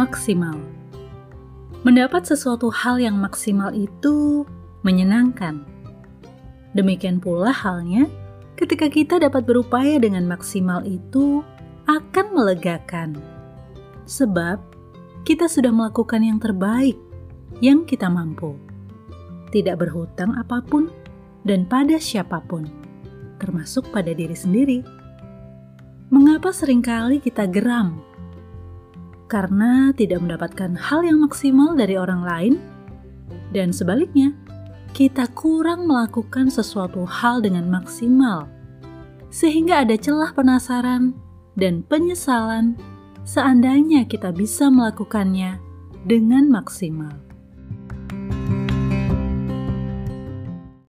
Maksimal. Mendapat sesuatu hal yang maksimal itu menyenangkan. Demikian pula halnya ketika kita dapat berupaya dengan maksimal itu akan melegakan. Sebab kita sudah melakukan yang terbaik yang kita mampu. Tidak berhutang apapun dan pada siapapun, termasuk pada diri sendiri. Mengapa seringkali kita geram? Karena tidak mendapatkan hal yang maksimal dari orang lain, dan sebaliknya, kita kurang melakukan sesuatu hal dengan maksimal, sehingga ada celah penasaran dan penyesalan seandainya kita bisa melakukannya dengan maksimal.